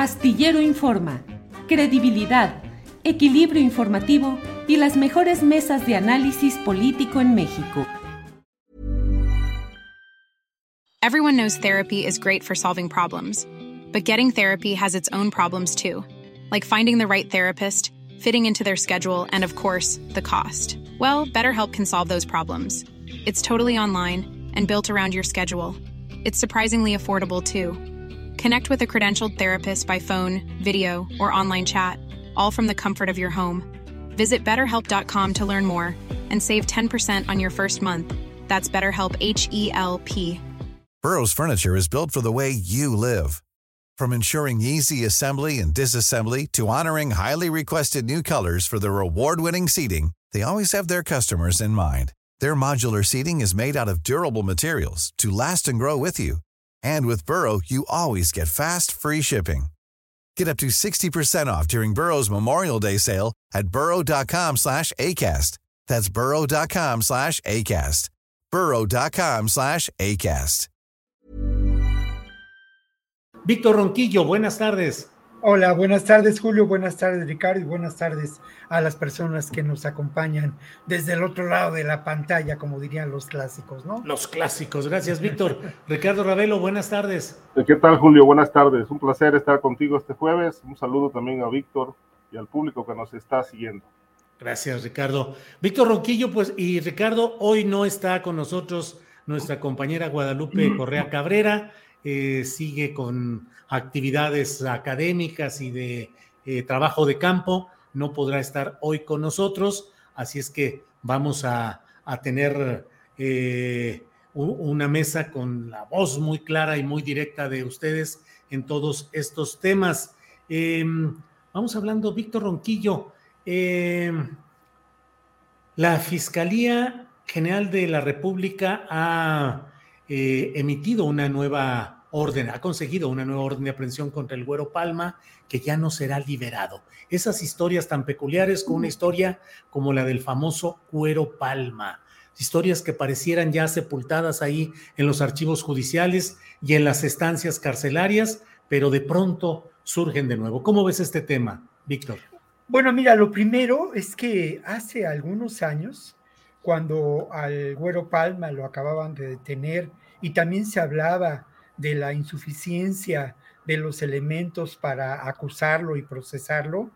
Astillero Informa, credibilidad, equilibrio informativo y las mejores mesas de análisis político en México. Everyone knows therapy is great for solving problems, but getting therapy has its own problems too, like finding the right therapist, fitting into their schedule, and of course, the cost. Well, BetterHelp can solve those problems. It's totally online and built around your schedule. It's surprisingly affordable too. Connect with a credentialed therapist by phone, video, or online chat, all from the comfort of your home. Visit BetterHelp.com to learn more and save 10% on your first month. That's BetterHelp, H-E-L-P. Burrow's furniture is built for the way you live. From ensuring easy assembly and disassembly to honoring highly requested new colors for their award-winning seating, they always have their customers in mind. Their modular seating is made out of durable materials to last and grow with you. And with Burrow, you always get fast, free shipping. Get up to 60% off during Burrow's Memorial Day sale at burrow.com/ACAST. That's burrow.com/ACAST. burrow.com/ACAST. Víctor Ronquillo, buenas tardes. Hola, buenas tardes Julio, buenas tardes Ricardo y buenas tardes a las personas que nos acompañan desde el otro lado de la pantalla, como dirían los clásicos, ¿no? Los clásicos, gracias Víctor. Ricardo Ravelo, buenas tardes. ¿Qué tal Julio? Buenas tardes, un placer estar contigo este jueves. Un saludo también a Víctor y al público que nos está siguiendo. Gracias Ricardo. Víctor Ronquillo, pues, y Ricardo, hoy no está con nosotros nuestra compañera Guadalupe Correa Cabrera. Sigue con actividades académicas y de trabajo de campo, no podrá estar hoy con nosotros, así es que vamos a tener una mesa con la voz muy clara y muy directa de ustedes en todos estos temas. Vamos hablando, Víctor Ronquillo, la Fiscalía General de la República ha emitido una nueva orden, ha conseguido una nueva orden de aprehensión contra el Güero Palma, que ya no será liberado. Esas historias tan peculiares, con una historia como la del famoso Güero Palma, historias que parecieran ya sepultadas ahí en los archivos judiciales y en las estancias carcelarias, pero de pronto surgen de nuevo. ¿Cómo ves este tema, Víctor? Bueno, mira, lo primero es que hace algunos años, cuando al Güero Palma lo acababan de detener y también se hablaba de la insuficiencia de los elementos para acusarlo y procesarlo,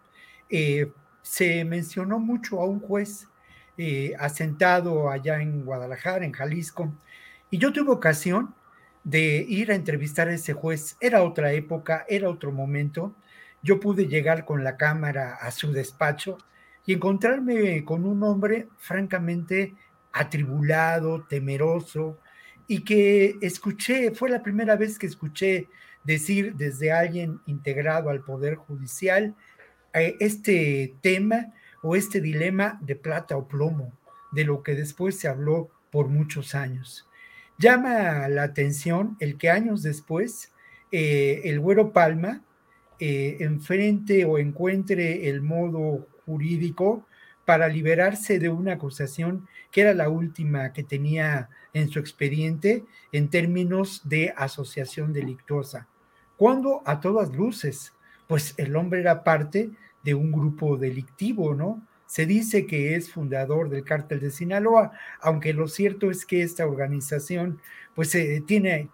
se mencionó mucho a un juez asentado allá en Guadalajara, en Jalisco, y yo tuve ocasión de ir a entrevistar a ese juez. Era otra época, era otro momento. Yo pude llegar con la cámara a su despacho y encontrarme con un hombre francamente atribulado, temeroso, y que fue la primera vez que escuché decir desde alguien integrado al Poder Judicial este tema o este dilema de plata o plomo, de lo que después se habló por muchos años. Llama la atención el que años después el Güero Palma enfrente o encuentre el modo jurídico para liberarse de una acusación que era la última que tenía en su expediente en términos de asociación delictuosa, cuando a todas luces, pues el hombre era parte de un grupo delictivo, ¿no? Se dice que es fundador del Cártel de Sinaloa, aunque lo cierto es que esta organización pues tiene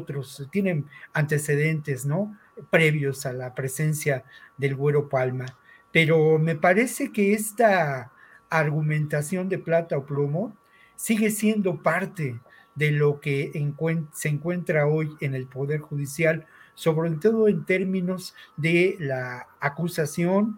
antecedentes, ¿no?, previos a la presencia del Güero Palma. Pero me parece que esta argumentación de plata o plomo sigue siendo parte de lo que se encuentra hoy en el Poder Judicial, sobre todo en términos de la acusación,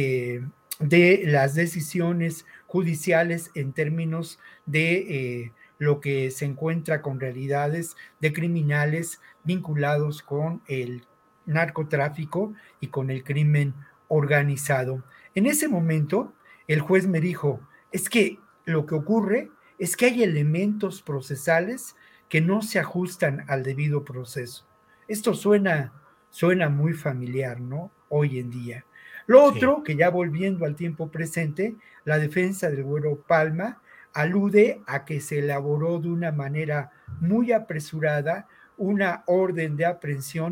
de las decisiones judiciales, en términos de lo que se encuentra con realidades de criminales vinculados con el narcotráfico y con el crimen organizado. En ese momento, el juez me dijo, es que lo que ocurre es que hay elementos procesales que no se ajustan al debido proceso. Esto suena muy familiar, ¿no?, hoy en día. Lo otro, que ya volviendo al tiempo presente, la defensa del Güero Palma alude a que se elaboró de una manera muy apresurada una orden de aprehensión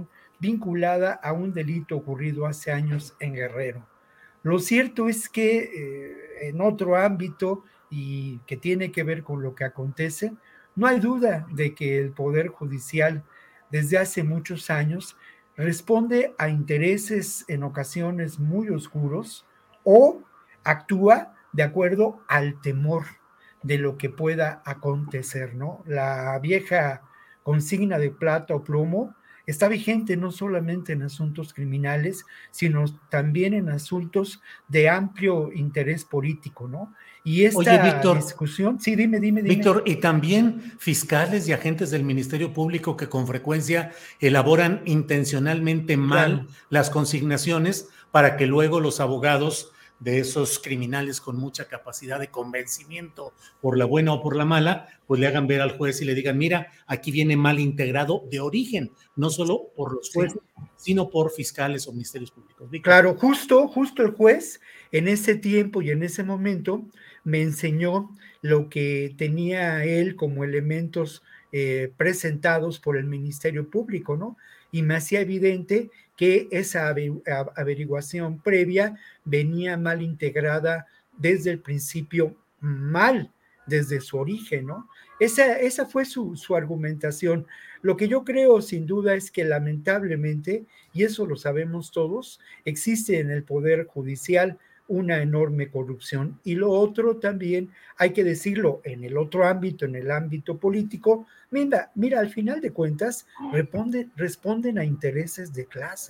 vinculada a un delito ocurrido hace años en Guerrero. Lo cierto es que en otro ámbito y que tiene que ver con lo que acontece, no hay duda de que el Poder Judicial desde hace muchos años responde a intereses en ocasiones muy oscuros o actúa de acuerdo al temor de lo que pueda acontecer, ¿no? La vieja consigna de plata o plomo está vigente no solamente en asuntos criminales, sino también en asuntos de amplio interés político, ¿no? Y Oye, esta Víctor, discusión, sí, dime. Víctor, y también fiscales y agentes del Ministerio Público que con frecuencia elaboran intencionalmente mal Claro. las consignaciones para que luego los abogados de esos criminales con mucha capacidad de convencimiento por la buena o por la mala, pues le hagan ver al juez y le digan, mira, aquí viene mal integrado de origen, no solo por los Sí. jueces, sino por fiscales o ministerios públicos. Víctor. Claro, justo el juez en ese tiempo y en ese momento me enseñó lo que tenía él como elementos presentados por el Ministerio Público, ¿no? Y me hacía evidente que esa averiguación previa venía mal integrada desde el principio, mal desde su origen, ¿no? Esa fue su argumentación. Lo que yo creo sin duda es que lamentablemente, y eso lo sabemos todos, existe en el Poder Judicial una enorme corrupción. Y lo otro también, hay que decirlo, en el otro ámbito, en el ámbito político, mira, al final de cuentas, responden a intereses de clase.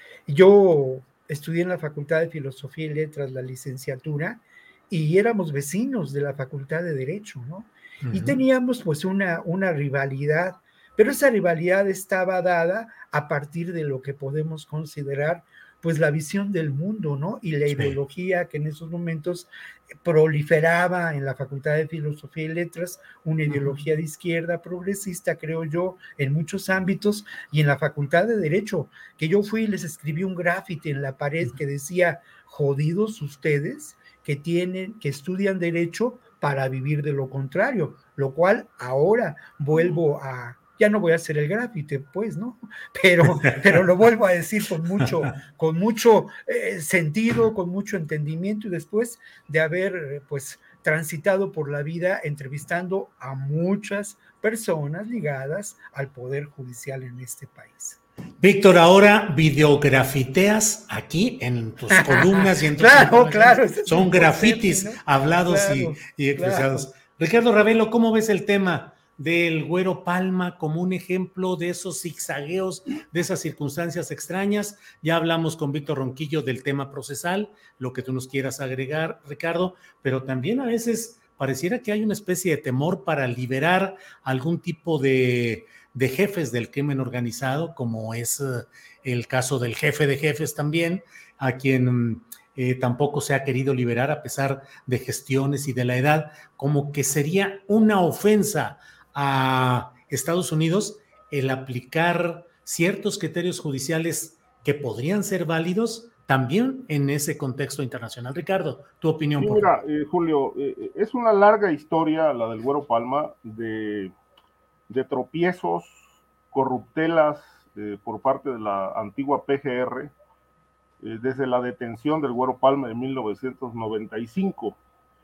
Yo estudié en la Facultad de Filosofía y Letras la licenciatura y éramos vecinos de la Facultad de Derecho, ¿no? Y teníamos pues una rivalidad, pero esa rivalidad estaba dada a partir de lo que podemos considerar pues la visión del mundo, ¿no? Y la ideología que en esos momentos proliferaba en la Facultad de Filosofía y Letras, una ideología de izquierda progresista, creo yo, en muchos ámbitos, y en la Facultad de Derecho, que yo fui y les escribí un graffiti en la pared que decía, jodidos ustedes que estudian Derecho para vivir de lo contrario, lo cual ahora vuelvo a, ya no voy a hacer el graffiti, pues, ¿no? Pero lo vuelvo a decir con mucho sentido, con mucho entendimiento, y después de haber, pues, transitado por la vida entrevistando a muchas personas ligadas al Poder Judicial en este país. Víctor, ahora videografiteas aquí en tus columnas y en tus claro, son grafitis, ¿no? Hablados claro, y expresados. Claro. Ricardo Ravelo, ¿cómo ves el tema del Güero Palma como un ejemplo de esos zigzagueos, de esas circunstancias extrañas? Ya hablamos con Víctor Ronquillo del tema procesal, lo que tú nos quieras agregar, Ricardo, pero también a veces pareciera que hay una especie de temor para liberar algún tipo de jefes del crimen organizado, como es el caso del jefe de jefes también, a quien tampoco se ha querido liberar a pesar de gestiones y de la edad, como que sería una ofensa a Estados Unidos el aplicar ciertos criterios judiciales que podrían ser válidos también en ese contexto internacional. Ricardo, tu opinión. Sí, mira, Julio, es una larga historia la del Güero Palma de tropiezos, corruptelas por parte de la antigua PGR, desde la detención del Güero Palma en 1995.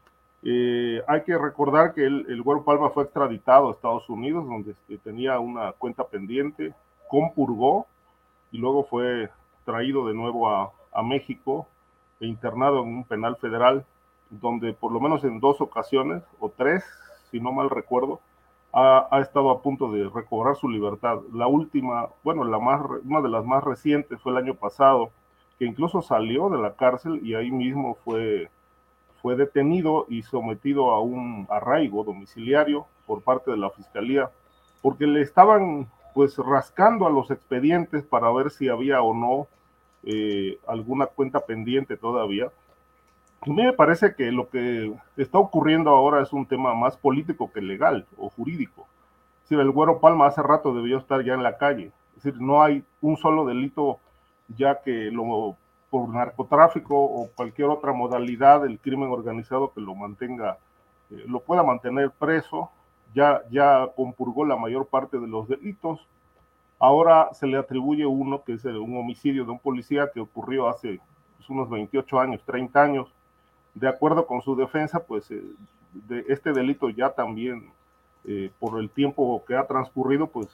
Hay que recordar que el Güero Palma fue extraditado a Estados Unidos, donde tenía una cuenta pendiente, compurgó y luego fue traído de nuevo a México e internado en un penal federal, donde por lo menos en 2 ocasiones, o 3, si no mal recuerdo, ha estado a punto de recobrar su libertad. La última, bueno, una de las más recientes fue el año pasado, que incluso salió de la cárcel y ahí mismo fue detenido y sometido a un arraigo domiciliario por parte de la Fiscalía, porque le estaban pues rascando a los expedientes para ver si había o no alguna cuenta pendiente todavía. A mí me parece que lo que está ocurriendo ahora es un tema más político que legal o jurídico. Es decir, el Güero Palma hace rato debió estar ya en la calle. Es decir, no hay un solo delito ya que por narcotráfico o cualquier otra modalidad del crimen organizado que lo mantenga, lo pueda mantener preso. Ya compurgó la mayor parte de los delitos. Ahora se le atribuye uno, que es un homicidio de un policía que ocurrió hace pues, unos 28 años, 30 años. De acuerdo con su defensa, pues de este delito ya también, por el tiempo que ha transcurrido, pues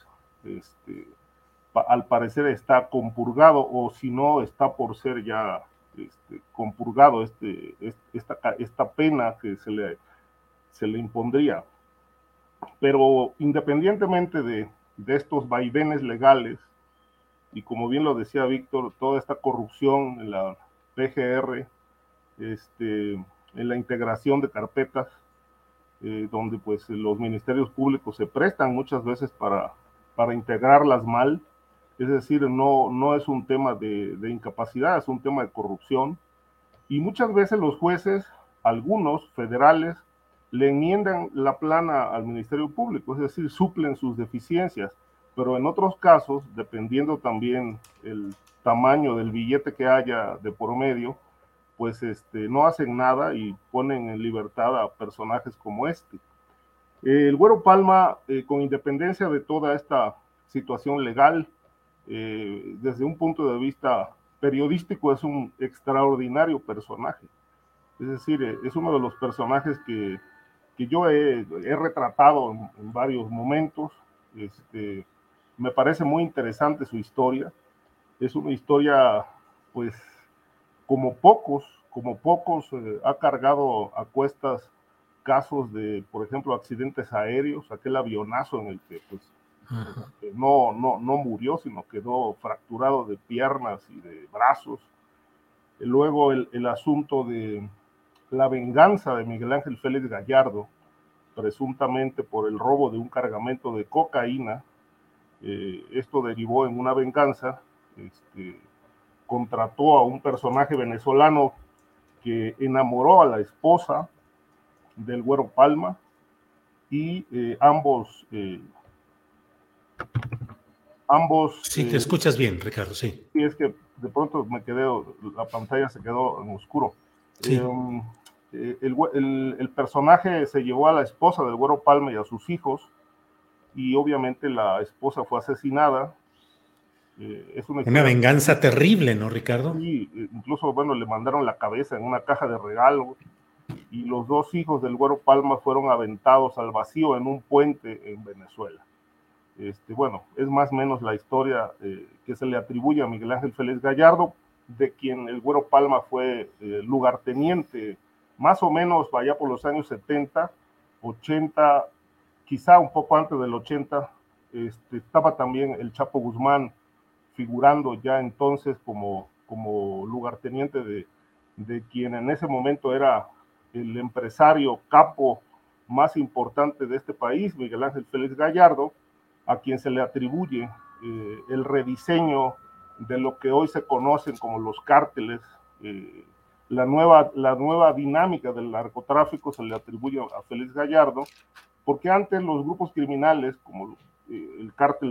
al parecer está compurgado, o si no, está por ser ya compurgado esta pena que se le impondría. Pero independientemente de estos vaivenes legales, y como bien lo decía Víctor, toda esta corrupción en la PGR, en la integración de carpetas, donde pues los ministerios públicos se prestan muchas veces para integrarlas mal, es decir, no es un tema de incapacidad, es un tema de corrupción, y muchas veces los jueces, algunos federales, le enmiendan la plana al Ministerio Público, es decir, suplen sus deficiencias, pero en otros casos, dependiendo también el tamaño del billete que haya de por medio, pues no hacen nada y ponen en libertad a personajes como este. El Güero Palma, con independencia de toda esta situación legal, desde un punto de vista periodístico, es un extraordinario personaje. Es decir, es uno de los personajes que yo he retratado en varios momentos. Me parece muy interesante su historia. Es una historia, pues, como pocos ha cargado a cuestas casos de, por ejemplo, accidentes aéreos, aquel avionazo en el que pues, no murió, sino quedó fracturado de piernas y de brazos. Luego el asunto de la venganza de Miguel Ángel Félix Gallardo, presuntamente por el robo de un cargamento de cocaína. Esto derivó en una venganza. Contrató a un personaje venezolano que enamoró a la esposa del Güero Palma, y ambos... Sí, te escuchas bien, Ricardo, sí. Sí, es que de pronto me quedé, la pantalla se quedó en oscuro. Sí. El personaje se llevó a la esposa del Güero Palma y a sus hijos, y obviamente la esposa fue asesinada. Es una venganza terrible, ¿no, Ricardo? Sí, incluso, bueno, le mandaron la cabeza en una caja de regalos, y los dos hijos del Güero Palma fueron aventados al vacío en un puente en Venezuela. Bueno, es más o menos la historia que se le atribuye a Miguel Ángel Félix Gallardo, de quien el Güero Palma fue lugarteniente, más o menos allá por los años 70, 80, quizá un poco antes del 80. Estaba también el Chapo Guzmán figurando ya entonces como lugarteniente de quien en ese momento era el empresario capo más importante de este país, Miguel Ángel Félix Gallardo, a quien se le atribuye el rediseño de lo que hoy se conocen como los cárteles. La nueva dinámica del narcotráfico se le atribuye a Félix Gallardo, porque antes los grupos criminales, como el cártel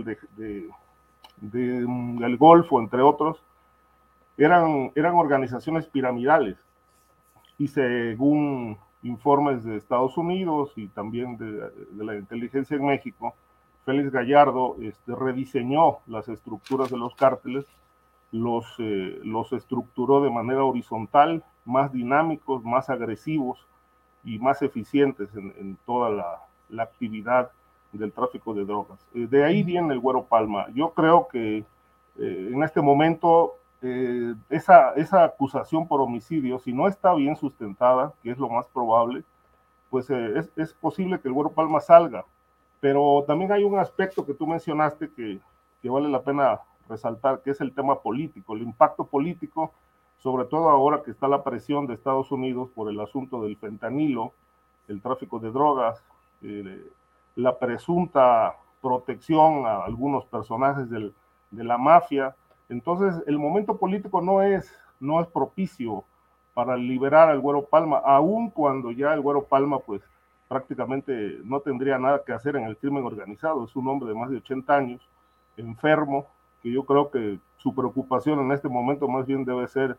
del Golfo, entre otros, eran organizaciones piramidales, y según informes de Estados Unidos y también de la inteligencia en México, Félix Gallardo rediseñó las estructuras de los cárteles, los estructuró de manera horizontal, más dinámicos, más agresivos y más eficientes en toda la actividad del tráfico de drogas. De ahí viene el Güero Palma. Yo creo que en este momento esa acusación por homicidio, si no está bien sustentada, que es lo más probable, pues es posible que el Güero Palma salga. Pero también hay un aspecto que tú mencionaste que vale la pena resaltar, que es el tema político, el impacto político, sobre todo ahora que está la presión de Estados Unidos por el asunto del fentanilo, el tráfico de drogas, la presunta protección a algunos personajes de la mafia. Entonces el momento político no es propicio para liberar al Güero Palma, aun cuando ya el Güero Palma pues prácticamente no tendría nada que hacer en el crimen organizado. Es un hombre de más de 80 años, enfermo, que yo creo que su preocupación en este momento más bien debe ser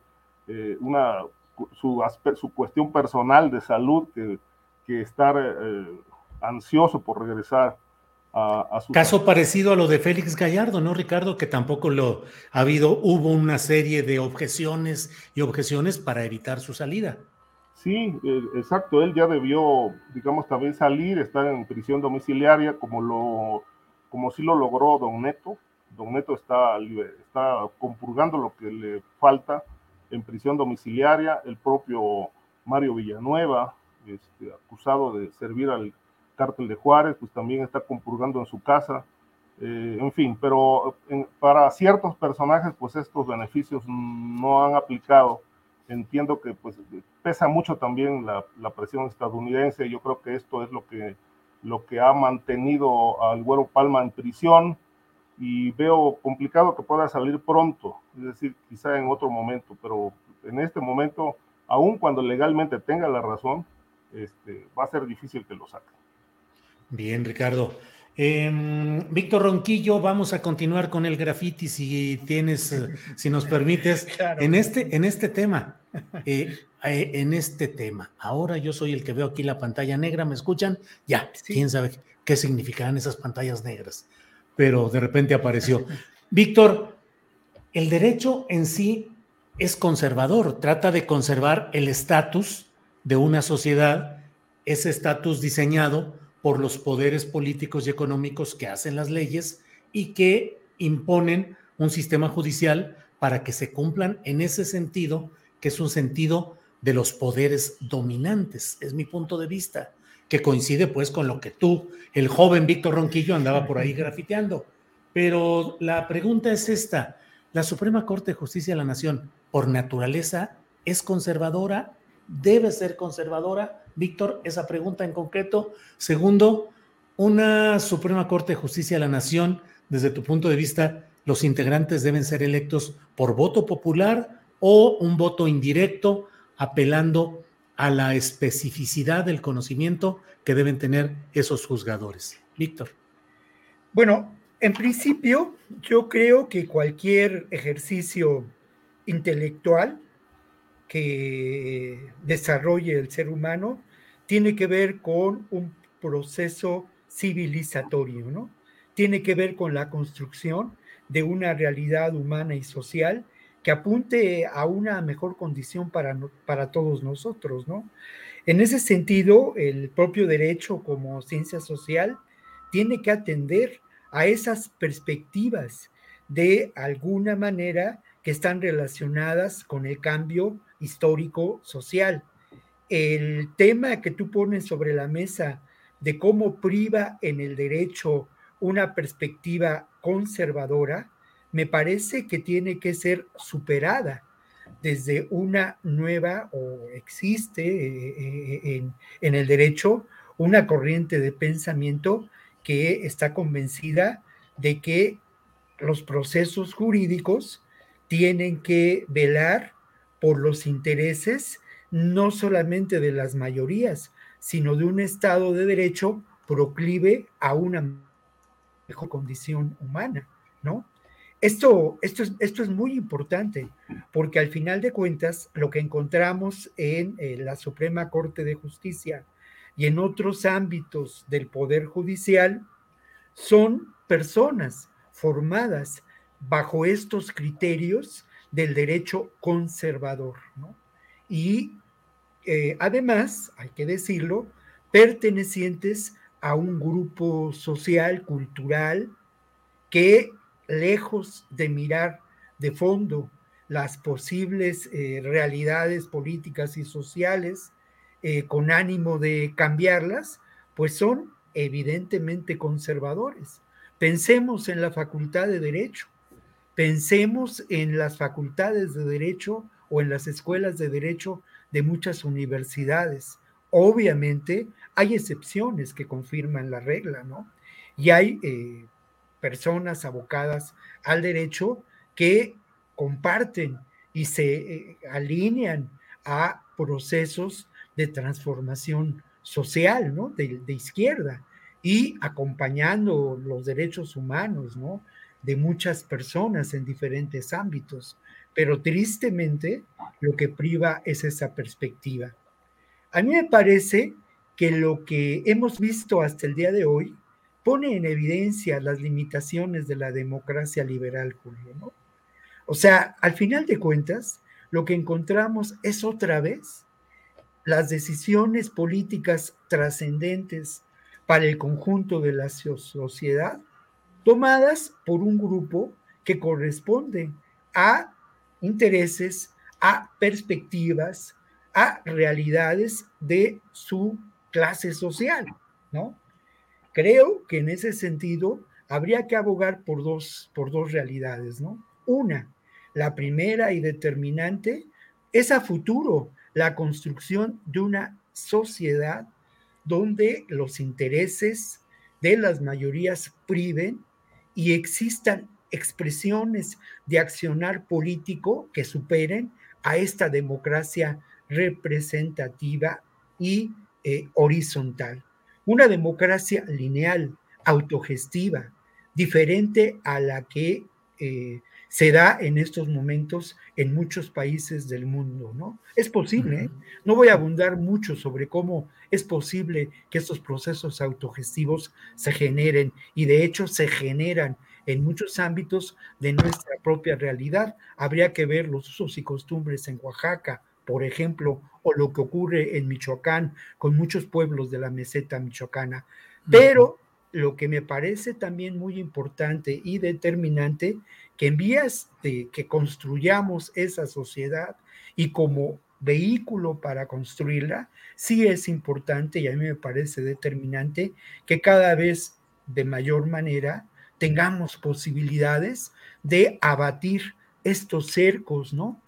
su cuestión personal de salud, que estar ansioso por regresar a su caso parecido a lo de Félix Gallardo, ¿no, Ricardo? Que tampoco hubo una serie de objeciones para evitar su salida. Sí, exacto, él ya debió, digamos, también salir, estar en prisión domiciliaria, como sí lo logró Don Neto. Don Neto está compurgando lo que le falta en prisión domiciliaria. El propio Mario Villanueva, acusado de servir al cártel de Juárez, pues también está compurgando en su casa. En fin, pero para ciertos personajes, pues estos beneficios no han aplicado. Entiendo que pues pesa mucho también la presión estadounidense. Yo creo que esto es lo que ha mantenido al Güero Palma en prisión, y veo complicado que pueda salir pronto, es decir, quizá en otro momento, pero en este momento, aun cuando legalmente tenga la razón, va a ser difícil que lo saque. Bien, Ricardo. Víctor Ronquillo, vamos a continuar con el graffiti si nos permites, Claro. en este tema. En este tema. Ahora yo soy el que veo aquí la pantalla negra, ¿me escuchan? Ya, Sí. quién sabe qué significarán esas pantallas negras, pero de repente apareció. Víctor, el derecho en sí es conservador, trata de conservar el estatus de una sociedad, ese estatus diseñado por los poderes políticos y económicos que hacen las leyes y que imponen un sistema judicial para que se cumplan en ese sentido, que es un sentido de los poderes dominantes, es mi punto de vista, que coincide pues con lo que tú, el joven Víctor Ronquillo, andaba por ahí grafiteando. Pero la pregunta es esta: ¿la Suprema Corte de Justicia de la Nación, por naturaleza, es conservadora? ¿Debe ser conservadora? Víctor, esa pregunta en concreto. Segundo, una Suprema Corte de Justicia de la Nación, desde tu punto de vista, ¿los integrantes deben ser electos por voto popular o un voto indirecto, apelando a la especificidad del conocimiento que deben tener esos juzgadores? Víctor. Bueno, en principio, yo creo que cualquier ejercicio intelectual que desarrolle el ser humano tiene que ver con un proceso civilizatorio, ¿no? Tiene que ver con la construcción de una realidad humana y social que apunte a una mejor condición para todos nosotros, ¿no? En ese sentido, el propio derecho como ciencia social tiene que atender a esas perspectivas de alguna manera que están relacionadas con el cambio histórico social. El tema que tú pones sobre la mesa de cómo priva en el derecho una perspectiva conservadora, me parece que tiene que ser superada desde una nueva, o existe en el derecho una corriente de pensamiento que está convencida de que los procesos jurídicos tienen que velar por los intereses no solamente de las mayorías, sino de un Estado de Derecho proclive a una mejor condición humana, ¿no? Esto es muy importante, porque al final de cuentas, lo que encontramos en la Suprema Corte de Justicia y en otros ámbitos del Poder Judicial son personas formadas bajo estos criterios del derecho conservador, ¿no? Y además, hay que decirlo, pertenecientes a un grupo social, cultural, que lejos de mirar de fondo las posibles realidades políticas y sociales con ánimo de cambiarlas, pues son evidentemente conservadores. Pensemos en la Facultad de Derecho, pensemos en las facultades de Derecho o en las escuelas de Derecho de muchas universidades. Obviamente hay excepciones que confirman la regla, ¿no? Y hay personas abocadas al derecho que comparten y se alinean a procesos de transformación social, ¿no? De izquierda, y acompañando los derechos humanos, ¿no? De muchas personas en diferentes ámbitos. Pero tristemente lo que priva es esa perspectiva. A mí me parece que lo que hemos visto hasta el día de hoy pone en evidencia las limitaciones de la democracia liberal, Julio, ¿no? O sea, al final de cuentas, lo que encontramos es otra vez las decisiones políticas trascendentes para el conjunto de la sociedad, tomadas por un grupo que corresponde a intereses, a perspectivas, a realidades de su clase social, ¿no? Creo que en ese sentido habría que abogar por dos realidades, ¿no? Una, la primera y determinante, es a futuro la construcción de una sociedad donde los intereses de las mayorías priven y existan expresiones de accionar político que superen a esta democracia representativa y horizontal. Una democracia lineal, autogestiva, diferente a la que se da en estos momentos en muchos países del mundo, ¿no? Es posible, ¿eh? No voy a abundar mucho sobre cómo es posible que estos procesos autogestivos se generen, y de hecho se generan en muchos ámbitos de nuestra propia realidad. Habría que ver los usos y costumbres en Oaxaca, por ejemplo, o lo que ocurre en Michoacán con muchos pueblos de la meseta michoacana. Pero lo que me parece también muy importante y determinante, que en vías de que construyamos esa sociedad y como vehículo para construirla, sí es importante, y a mí me parece determinante, que cada vez de mayor manera tengamos posibilidades de abatir estos cercos, ¿no?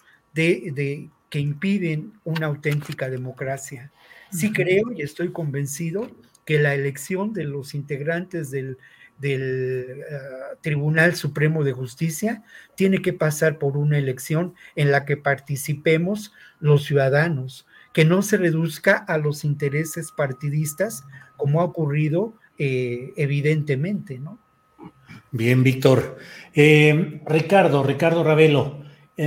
Que impiden una auténtica democracia. Sí creo y estoy convencido que la elección de los integrantes del Tribunal Supremo de Justicia tiene que pasar por una elección en la que participemos los ciudadanos, que no se reduzca a los intereses partidistas como ha ocurrido evidentemente, ¿no? Bien, Víctor. Ricardo Ravelo,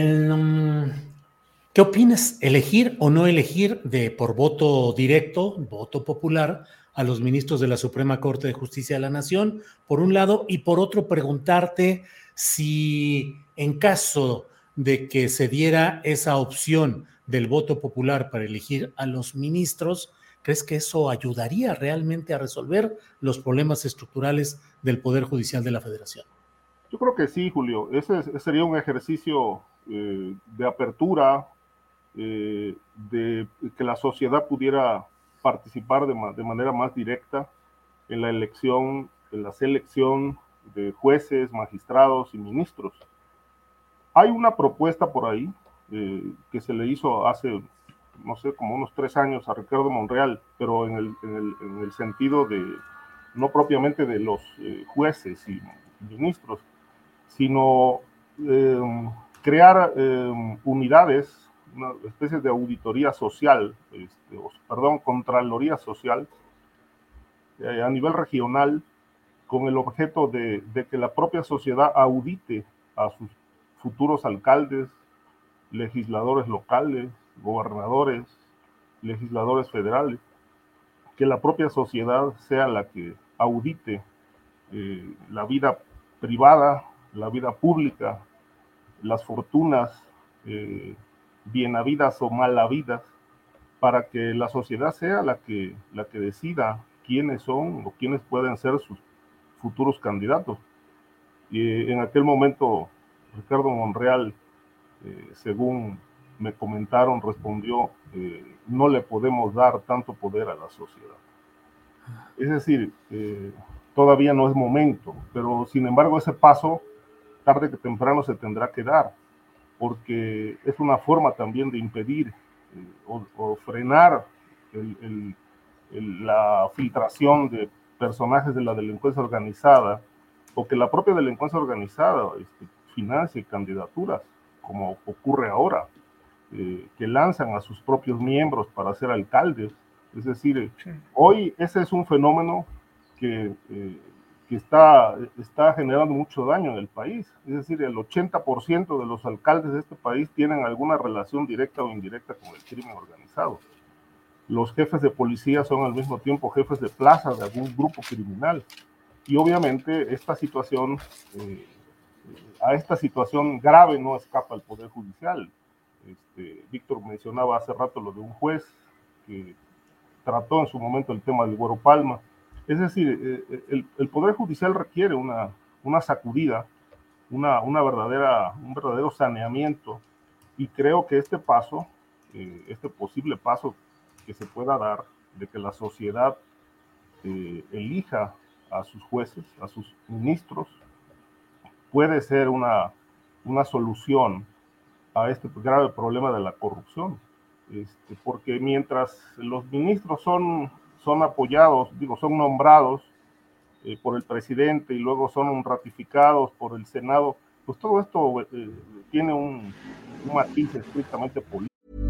¿qué opinas? ¿Elegir o no elegir por voto directo, voto popular, a los ministros de la Suprema Corte de Justicia de la Nación, por un lado, y por otro, preguntarte si en caso de que se diera esa opción del voto popular para elegir a los ministros, ¿crees que eso ayudaría realmente a resolver los problemas estructurales del Poder Judicial de la Federación? Yo creo que sí, Julio. Ese sería un ejercicio de apertura, de que la sociedad pudiera participar de manera más directa en la elección, en la selección de jueces, magistrados y ministros. Hay una propuesta por ahí que se le hizo hace, no sé, como unos 3 años a Ricardo Monreal, pero en el sentido de, no propiamente de los jueces y ministros, sino crear unidades, una especie de auditoría social, contraloría social a nivel regional, con el objeto de que la propia sociedad audite a sus futuros alcaldes, legisladores locales, gobernadores, legisladores federales, que la propia sociedad sea la que audite la vida privada, la vida pública, las fortunas, bien habidas o mal habidas, para que la sociedad sea la que decida quiénes son o quiénes pueden ser sus futuros candidatos. Y en aquel momento, Ricardo Monreal, según me comentaron, respondió, no le podemos dar tanto poder a la sociedad. Es decir, todavía no es momento, pero sin embargo ese paso, tarde que temprano, se tendrá que dar, porque es una forma también de impedir o frenar la filtración de personajes de la delincuencia organizada, o que la propia delincuencia organizada financie candidaturas, como ocurre ahora, que lanzan a sus propios miembros para ser alcaldes. Es decir, hoy ese es un fenómeno que está generando mucho daño en el país. Es decir, el 80% de los alcaldes de este país tienen alguna relación directa o indirecta con el crimen organizado. Los jefes de policía son al mismo tiempo jefes de plaza de algún grupo criminal. Y obviamente a esta situación grave no escapa el Poder Judicial. Víctor mencionaba hace rato lo de un juez que trató en su momento el tema del Güero Palma. Es decir, el Poder Judicial requiere una sacudida, un verdadero saneamiento, y creo que este posible paso que se pueda dar de que la sociedad elija a sus jueces, a sus ministros, puede ser una solución a este grave problema de la corrupción. Porque mientras los ministros son apoyados, son nombrados por el presidente y luego son ratificados por el Senado, pues todo esto tiene un matiz estrictamente político.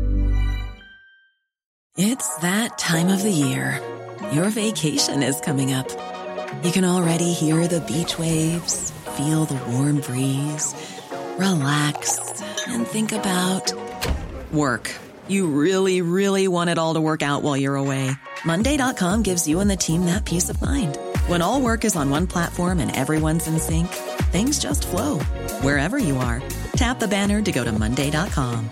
It's that time of the year. Your vacation is coming up. You can already hear the beach waves, feel the warm breeze, relax, and think about work. You really, really want it all to work out while you're away. Monday.com gives you and the team that peace of mind. When all work is on one platform and everyone's in sync, things just flow. Wherever you are, tap the banner to go to Monday.com.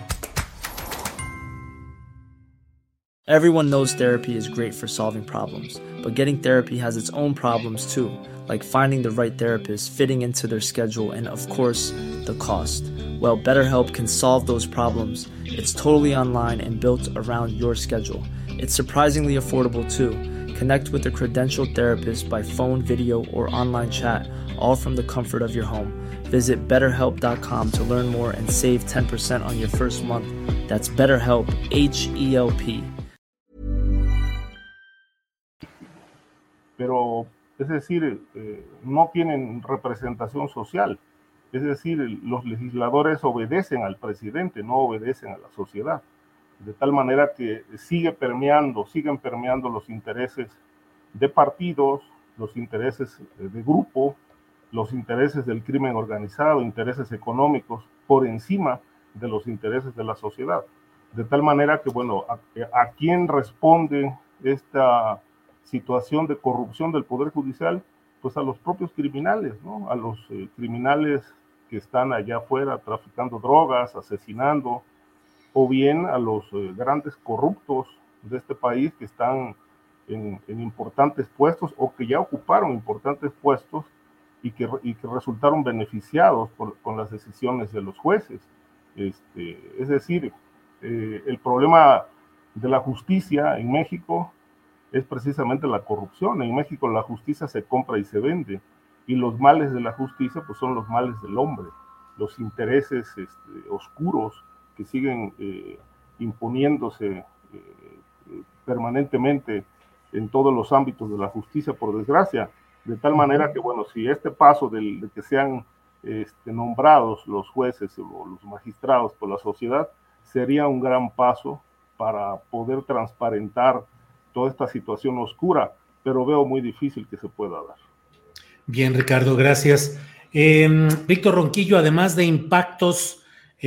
Everyone knows therapy is great for solving problems, but getting therapy has its own problems too, like finding the right therapist, fitting into their schedule, and of course, the cost. Well, BetterHelp can solve those problems. It's totally online and built around your schedule. It's surprisingly affordable too. Connect with a credentialed therapist by phone, video, or online chat, all from the comfort of your home. Visit BetterHelp.com to learn more and save 10% on your first month. That's BetterHelp, H-E-L-P. Pero, es decir, no tienen representación social. Es decir, los legisladores obedecen al presidente, no obedecen a la sociedad. De tal manera que siguen permeando los intereses de partidos, los intereses de grupo, los intereses del crimen organizado, intereses económicos, por encima de los intereses de la sociedad. De tal manera que, bueno, ¿a quién responde esta situación de corrupción del Poder Judicial? Pues a los propios criminales, ¿no? A los criminales que están allá afuera traficando drogas, asesinando, o bien a los grandes corruptos de este país que están en importantes puestos o que ya ocuparon importantes puestos y que resultaron beneficiados con las decisiones de los jueces. Es decir, el problema de la justicia en México es precisamente la corrupción. En México la justicia se compra y se vende, y los males de la justicia pues son los males del hombre, los intereses oscuros que siguen imponiéndose permanentemente en todos los ámbitos de la justicia, por desgracia, de tal manera que, bueno, si este paso de que sean nombrados los jueces o los magistrados por la sociedad, sería un gran paso para poder transparentar toda esta situación oscura, pero veo muy difícil que se pueda dar. Bien, Ricardo, gracias. Víctor Ronquillo, además de impactos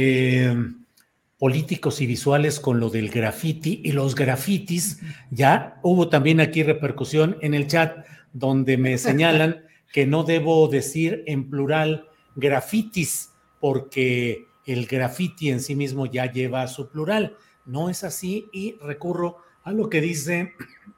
políticos y visuales con lo del graffiti y los grafitis, ya hubo también aquí repercusión en el chat donde me señalan que no debo decir en plural grafitis porque el graffiti en sí mismo ya lleva su plural. No es así y recurro a lo que dice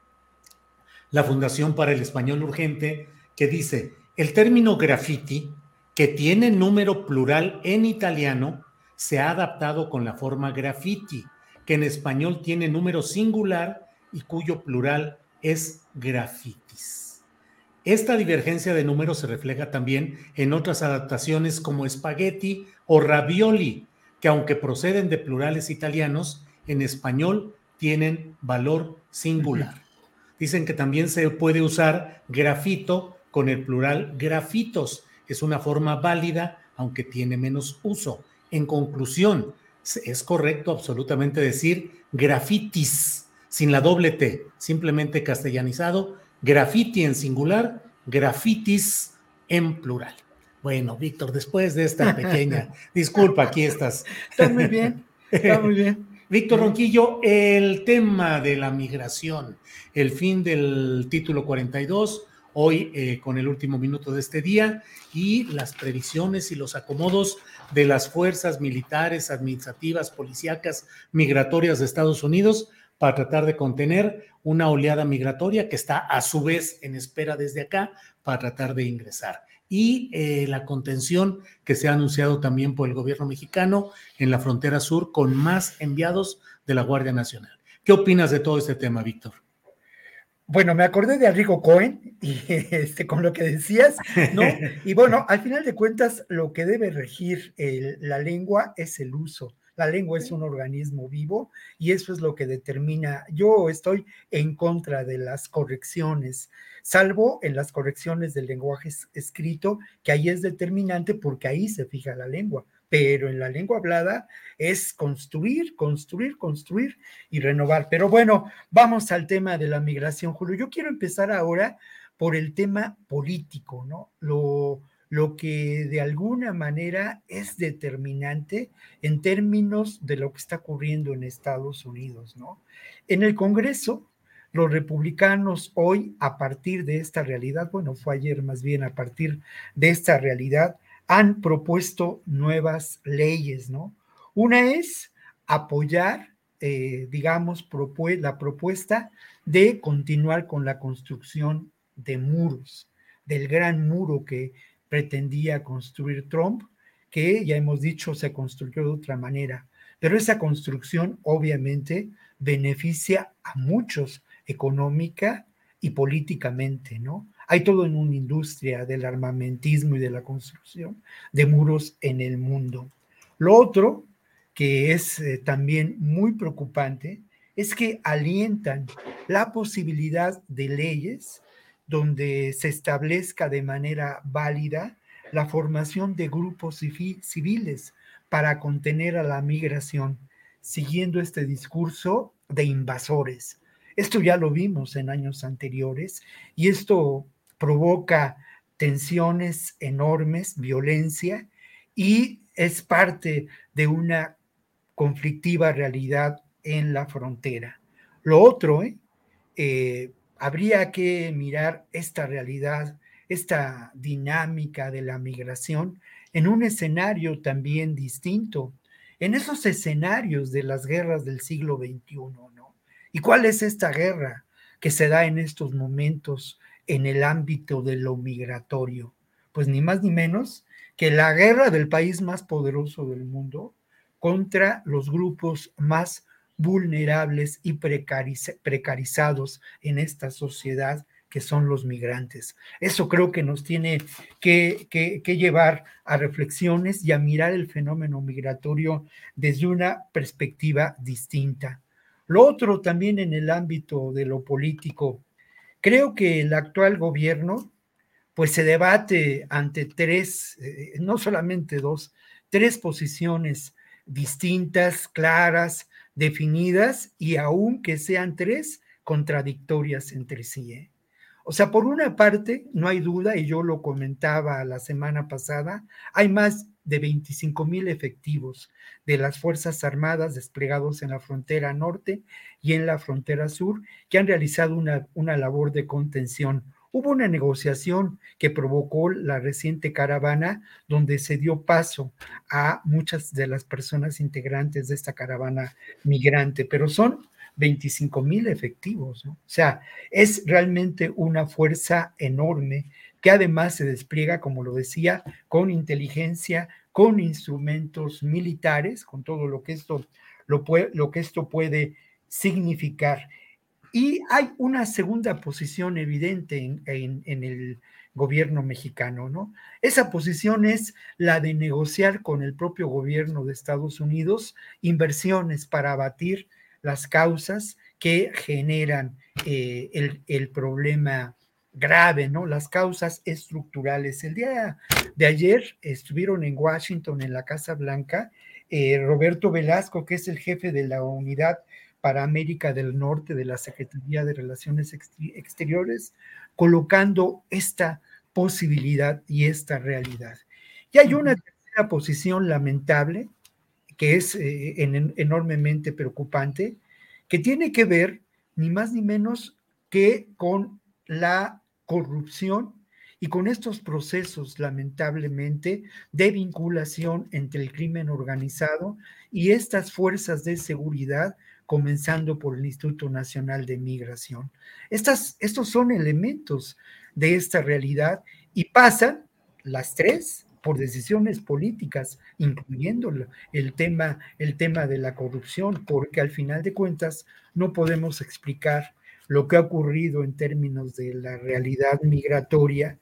la Fundación para el Español Urgente, que dice: el término graffiti, que tiene número plural en italiano, se ha adaptado con la forma graffiti, que en español tiene número singular y cuyo plural es grafitis. Esta divergencia de números se refleja también en otras adaptaciones como espagueti o ravioli, que aunque proceden de plurales italianos, en español tienen valor singular. Dicen que también se puede usar grafito con el plural grafitos. Es una forma válida, aunque tiene menos uso. En conclusión, es correcto absolutamente decir grafitis, sin la doble T, simplemente castellanizado, graffiti en singular, grafitis en plural. Bueno, Víctor, después de esta pequeña disculpa, aquí estás. Está muy bien, está muy bien. Víctor Ronquillo, el tema de la migración, el fin del título 42 hoy con el último minuto de este día y las previsiones y los acomodos de las fuerzas militares, administrativas, policíacas, migratorias de Estados Unidos para tratar de contener una oleada migratoria que está a su vez en espera desde acá para tratar de ingresar. Y la contención que se ha anunciado también por el gobierno mexicano en la frontera sur con más enviados de la Guardia Nacional. ¿Qué opinas de todo este tema, Víctor? Bueno, me acordé de Arrigo Cohen y con lo que decías, ¿no? Y bueno, al final de cuentas, lo que debe regir la lengua es el uso. La lengua es un organismo vivo y eso es lo que determina. Yo estoy en contra de las correcciones, salvo en las correcciones del lenguaje escrito, que ahí es determinante porque ahí se fija la lengua. Pero en la lengua hablada es construir, construir, construir y renovar. Pero bueno, vamos al tema de la migración, Julio. Yo quiero empezar ahora por el tema político, ¿no? Lo que de alguna manera es determinante en términos de lo que está ocurriendo en Estados Unidos, ¿no? En el Congreso, los republicanos hoy, a partir de esta realidad, bueno, fue ayer más bien, a partir de esta realidad, han propuesto nuevas leyes, ¿no? Una es apoyar, digamos, la propuesta de continuar con la construcción de muros, del gran muro que pretendía construir Trump, que ya hemos dicho se construyó de otra manera, pero esa construcción obviamente beneficia a muchos económica y políticamente, ¿no? Hay todo en una industria del armamentismo y de la construcción de muros en el mundo. Lo otro, que es también muy preocupante, es que alientan la posibilidad de leyes donde se establezca de manera válida la formación de grupos civiles para contener a la migración, siguiendo este discurso de invasores. Esto ya lo vimos en años anteriores y esto provoca tensiones enormes, violencia, y es parte de una conflictiva realidad en la frontera. Lo otro, habría que mirar esta realidad, esta dinámica de la migración en un escenario también distinto, en esos escenarios de las guerras del siglo XXI, ¿no? ¿Y cuál es esta guerra que se da en estos momentos en el ámbito de lo migratorio? Pues ni más ni menos que la guerra del país más poderoso del mundo contra los grupos más vulnerables y precarizados en esta sociedad, que son los migrantes. Eso creo que nos tiene que llevar a reflexiones y a mirar el fenómeno migratorio desde una perspectiva distinta. Lo otro también en el ámbito de lo político, creo que el actual gobierno pues se debate ante tres, no solamente dos, tres posiciones distintas, claras, definidas, y aun que sean tres, contradictorias entre sí, ¿eh? O sea, por una parte, no hay duda, y yo lo comentaba la semana pasada, hay más de 25,000 efectivos de las Fuerzas Armadas desplegados en la frontera norte y en la frontera sur que han realizado una labor de contención. Hubo una negociación que provocó la reciente caravana donde se dio paso a muchas de las personas integrantes de esta caravana migrante, pero son 25,000 efectivos, ¿no? O sea, es realmente una fuerza enorme que además se despliega, como lo decía, con inteligencia, con instrumentos militares, con todo lo que esto puede significar. Y hay una segunda posición evidente en el gobierno mexicano, ¿no? Esa posición es la de negociar con el propio gobierno de Estados Unidos inversiones para abatir las causas que generan el problema grave, ¿no? Las causas estructurales. El día de ayer estuvieron en Washington, en la Casa Blanca, Roberto Velasco, que es el jefe de la unidad para América del Norte de la Secretaría de Relaciones Exteriores, colocando esta posibilidad y esta realidad. Y hay una tercera posición lamentable, que es enormemente preocupante, que tiene que ver ni más ni menos que con la corrupción y con estos procesos, lamentablemente, de vinculación entre el crimen organizado y estas fuerzas de seguridad, comenzando por el Instituto Nacional de Migración. Estos son elementos de esta realidad y pasan las tres por decisiones políticas, incluyendo el tema de la corrupción, porque al final de cuentas no podemos explicar lo que ha ocurrido en términos de la realidad migratoria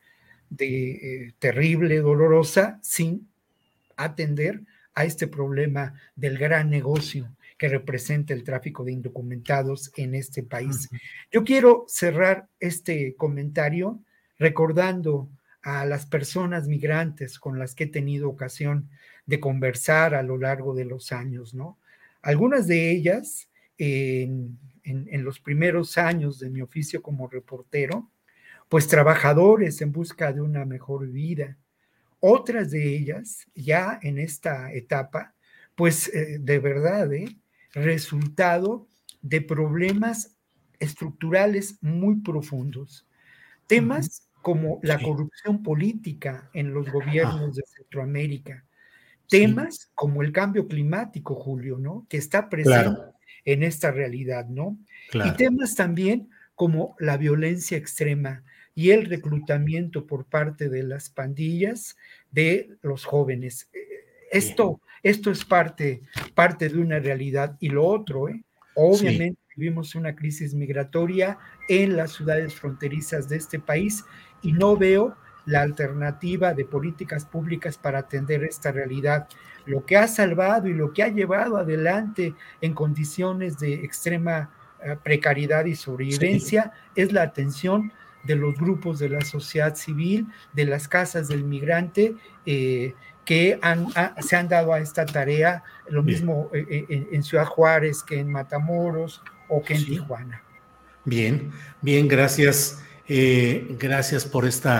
terrible, dolorosa, sin atender a este problema del gran negocio que representa el tráfico de indocumentados en este país. Yo quiero cerrar este comentario recordando a las personas migrantes con las que he tenido ocasión de conversar a lo largo de los años, ¿no? Algunas de ellas, en los primeros años de mi oficio como reportero, pues trabajadores en busca de una mejor vida. Otras de ellas, ya en esta etapa, pues de verdad, resultado de problemas estructurales muy profundos. Temas como la corrupción política en los gobiernos de Centroamérica, temas como el cambio climático, Julio, ¿no? Que está presente en esta realidad, ¿no? Y temas también como la violencia extrema y el reclutamiento por parte de las pandillas de los jóvenes. Esto es parte de una realidad. Y lo otro, obviamente vivimos una crisis migratoria en las ciudades fronterizas de este país y no veo la alternativa de políticas públicas para atender esta realidad. Lo que ha salvado y lo que ha llevado adelante en condiciones de extrema precariedad y sobrevivencia es la atención de los grupos de la sociedad civil, de las casas del migrante, que se han dado a esta tarea, lo mismo en Ciudad Juárez que en Matamoros o que en Tijuana. Bien, gracias. Gracias por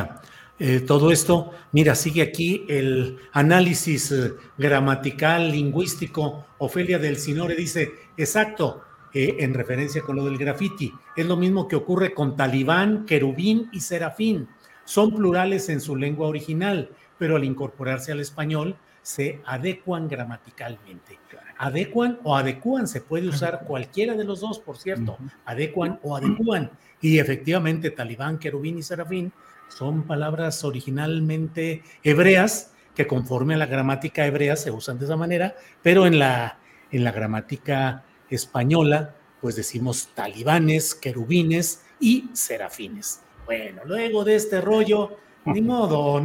todo esto. Mira, sigue aquí el análisis gramatical, lingüístico. Ofelia del Sinore dice, exacto, en referencia con lo del graffiti. Es lo mismo que ocurre con talibán, querubín y serafín. Son plurales en su lengua original, pero al incorporarse al español se adecuan gramaticalmente. Adecuan o adecúan, se puede usar cualquiera de los dos, por cierto. Adecuan o adecúan. Y efectivamente, talibán, querubín y serafín son palabras originalmente hebreas que conforme a la gramática hebrea se usan de esa manera, pero en la gramática española pues decimos talibanes, querubines y serafines. Bueno, luego de este rollo, ni modo.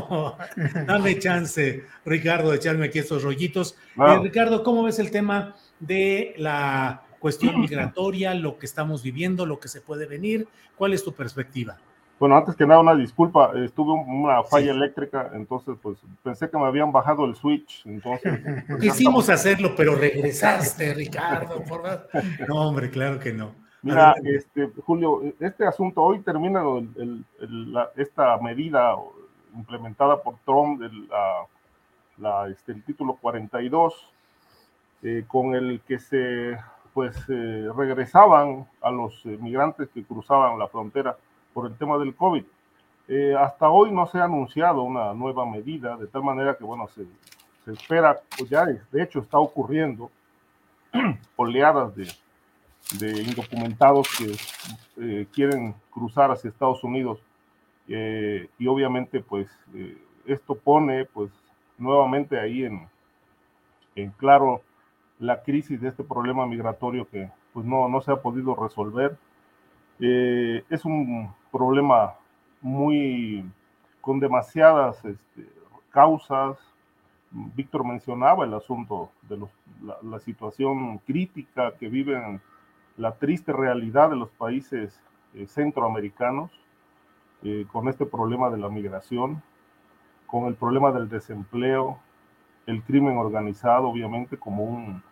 Dame chance, Ricardo, de echarme aquí estos rollitos. Ricardo, ¿cómo ves el tema de la cuestión migratoria, lo que estamos viviendo, lo que se puede venir? ¿Cuál es tu perspectiva? Bueno, antes que nada, una disculpa, tuve una falla eléctrica, entonces pues pensé que me habían bajado el switch, entonces... Pues, quisimos hacerlo, pero regresaste, Ricardo, por favor. No, hombre, claro que no. Mira, Julio, este asunto, hoy termina esta medida implementada por Trump, el título 42, con el que se regresaban a los migrantes que cruzaban la frontera por el tema del COVID. Hasta hoy no se ha anunciado una nueva medida, de tal manera que, bueno, se espera, pues ya de hecho está ocurriendo oleadas de indocumentados que quieren cruzar hacia Estados Unidos, y obviamente pues esto pone pues nuevamente ahí en claro la crisis de este problema migratorio que pues no se ha podido resolver. Es un problema con demasiadas causas. Víctor mencionaba el asunto de la situación crítica que viven, la triste realidad de los países centroamericanos con este problema de la migración, con el problema del desempleo, el crimen organizado, obviamente, como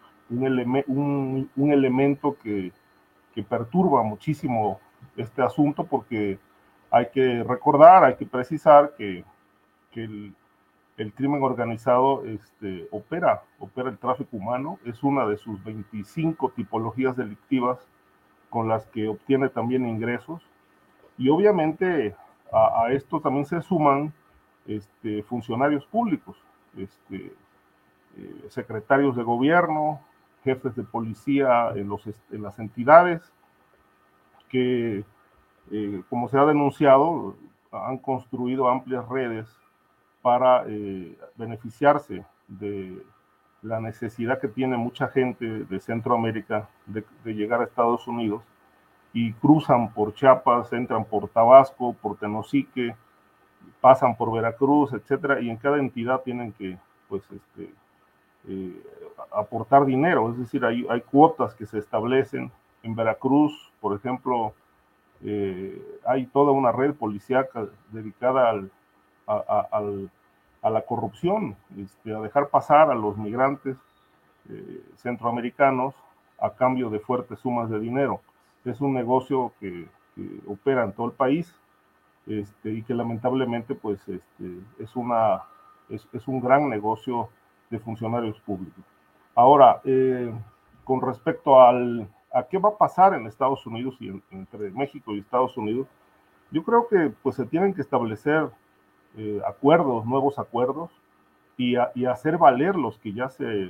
un elemento que perturba muchísimo este asunto, porque hay que recordar, hay que precisar que el crimen organizado opera el tráfico humano, es una de sus 25 tipologías delictivas con las que obtiene también ingresos, Y obviamente a esto también se suman funcionarios públicos, secretarios de gobierno, jefes de policía en las entidades que, como se ha denunciado, han construido amplias redes para beneficiarse de la necesidad que tiene mucha gente de Centroamérica de llegar a Estados Unidos, y cruzan por Chiapas, entran por Tabasco, por Tenosique, pasan por Veracruz, etcétera, y en cada entidad tienen que pues aportar dinero, es decir, hay cuotas que se establecen. En Veracruz, por ejemplo, hay toda una red policíaca dedicada a la corrupción, a dejar pasar a los migrantes centroamericanos a cambio de fuertes sumas de dinero. Es un negocio que opera en todo el país, y que lamentablemente pues es un gran negocio de funcionarios públicos. Ahora, con respecto a qué va a pasar en Estados Unidos y entre México y Estados Unidos, yo creo que pues se tienen que establecer nuevos acuerdos, y hacer valer los que ya se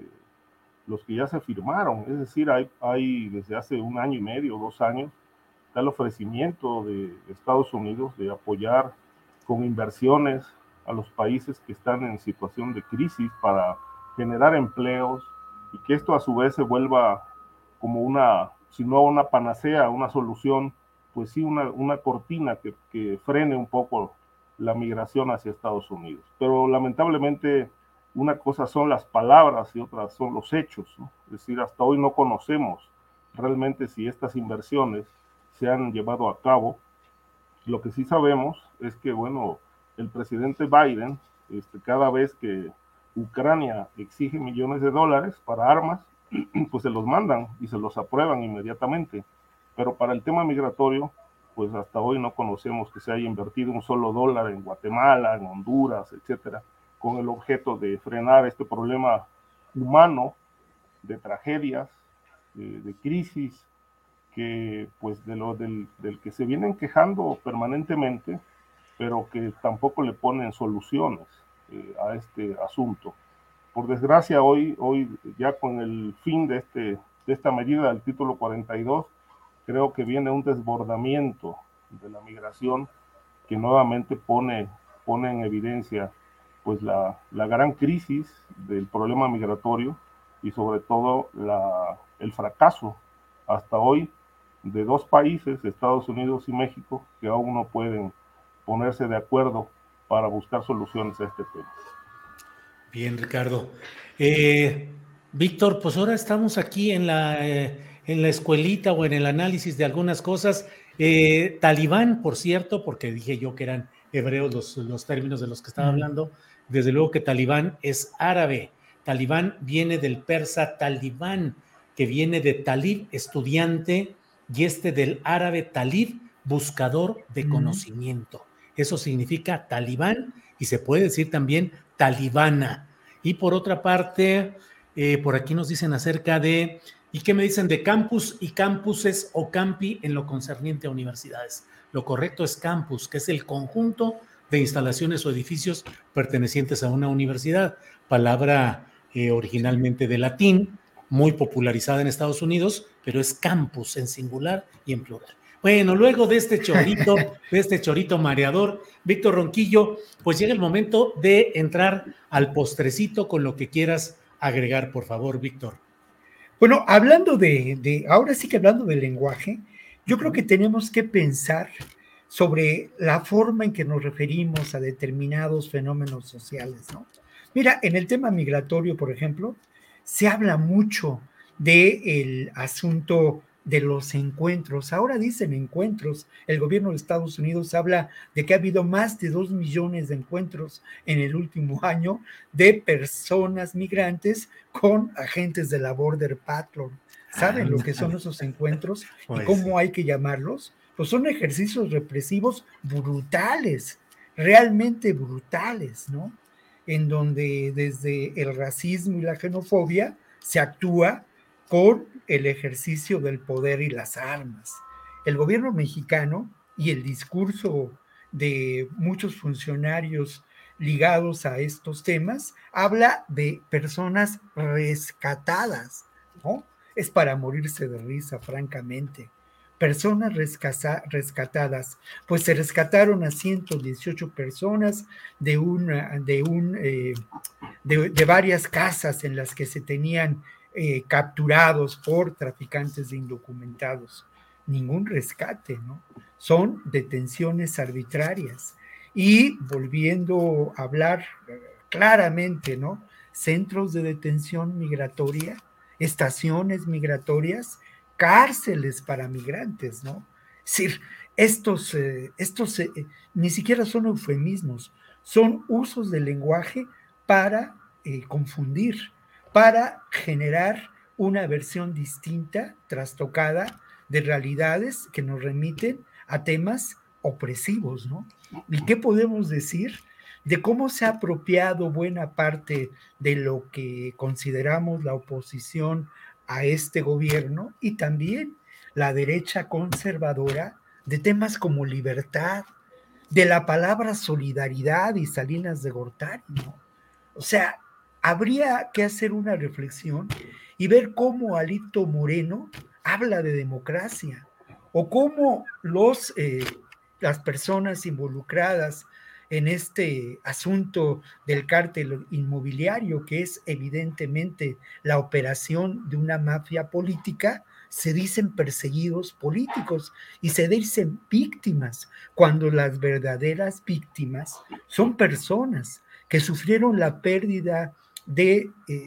firmaron. Es decir, hay desde hace 1 año y medio, 2 años, está el ofrecimiento de Estados Unidos de apoyar con inversiones a los países que están en situación de crisis para generar empleos, y que esto a su vez se vuelva como si no una panacea, una solución, pues sí una cortina que frene un poco la migración hacia Estados Unidos. Pero lamentablemente una cosa son las palabras y otras son los hechos, ¿no? Es decir, hasta hoy no conocemos realmente si estas inversiones se han llevado a cabo. Lo que sí sabemos es que, bueno, el presidente Biden, cada vez que Ucrania exige millones de dólares para armas, pues se los mandan y se los aprueban inmediatamente. Pero para el tema migratorio, pues hasta hoy no conocemos que se haya invertido un solo dólar en Guatemala, en Honduras, etcétera, con el objeto de frenar este problema humano de tragedias, de crisis, que pues del que se vienen quejando permanentemente, pero que tampoco le ponen soluciones a este asunto. Por desgracia, hoy ya con el fin de esta medida del título 42, creo que viene un desbordamiento de la migración que nuevamente pone en evidencia pues la gran crisis del problema migratorio, y sobre todo el fracaso hasta hoy de 2 países, Estados Unidos y México, que aún no pueden ponerse de acuerdo para buscar soluciones a este tema. Bien, Ricardo. Víctor, pues ahora estamos aquí en la escuelita o en el análisis de algunas cosas. Talibán, por cierto, porque dije yo que eran hebreos los términos de los que estaba hablando. Desde luego que Talibán es árabe. Talibán viene del persa talibán, que viene de talib, estudiante, y del árabe talib, buscador de conocimiento. Eso significa Talibán, y se puede decir también talibana. Y por otra parte, por aquí nos dicen acerca de, ¿y qué me dicen de campus y campuses o campi en lo concerniente a universidades? Lo correcto es campus, que es el conjunto de instalaciones o edificios pertenecientes a una universidad, palabra originalmente de latín, muy popularizada en Estados Unidos, pero es campus en singular y en plural. Bueno, luego de este chorito mareador, Víctor Ronquillo, pues llega el momento de entrar al postrecito con lo que quieras agregar, por favor, Víctor. Bueno, hablando ahora sí que hablando del lenguaje, yo creo que tenemos que pensar sobre la forma en que nos referimos a determinados fenómenos sociales, ¿no? Mira, en el tema migratorio, por ejemplo, se habla mucho del asunto de los encuentros. Ahora dicen encuentros. El gobierno de Estados Unidos habla de que ha habido más de 2 millones de encuentros en el último año de personas migrantes con agentes de la Border Patrol. ¿Saben lo que son esos encuentros y cómo hay que llamarlos? Pues son ejercicios represivos brutales, realmente brutales, ¿no? En donde desde el racismo y la xenofobia se actúa con el ejercicio del poder y las armas. El gobierno mexicano y el discurso de muchos funcionarios ligados a estos temas habla de personas rescatadas, ¿no? Es para morirse de risa, francamente. Personas rescatadas, pues se rescataron a 118 personas de varias casas en las que se tenían capturados por traficantes de indocumentados. Ningún rescate, ¿no? Son detenciones arbitrarias. Y volviendo a hablar claramente, ¿no? Centros de detención migratoria, estaciones migratorias, cárceles para migrantes, ¿no? Es decir, estos ni siquiera son eufemismos, son usos del lenguaje para confundir, para generar una versión distinta, trastocada, de realidades que nos remiten a temas opresivos, ¿no? ¿Y qué podemos decir de cómo se ha apropiado buena parte de lo que consideramos la oposición a este gobierno y también la derecha conservadora de temas como libertad, de la palabra solidaridad y Salinas de Gortari, ¿no? O sea, habría que hacer una reflexión y ver cómo Alito Moreno habla de democracia o cómo las personas involucradas en este asunto del cártel inmobiliario, que es evidentemente la operación de una mafia política, se dicen perseguidos políticos y se dicen víctimas, cuando las verdaderas víctimas son personas que sufrieron la pérdida de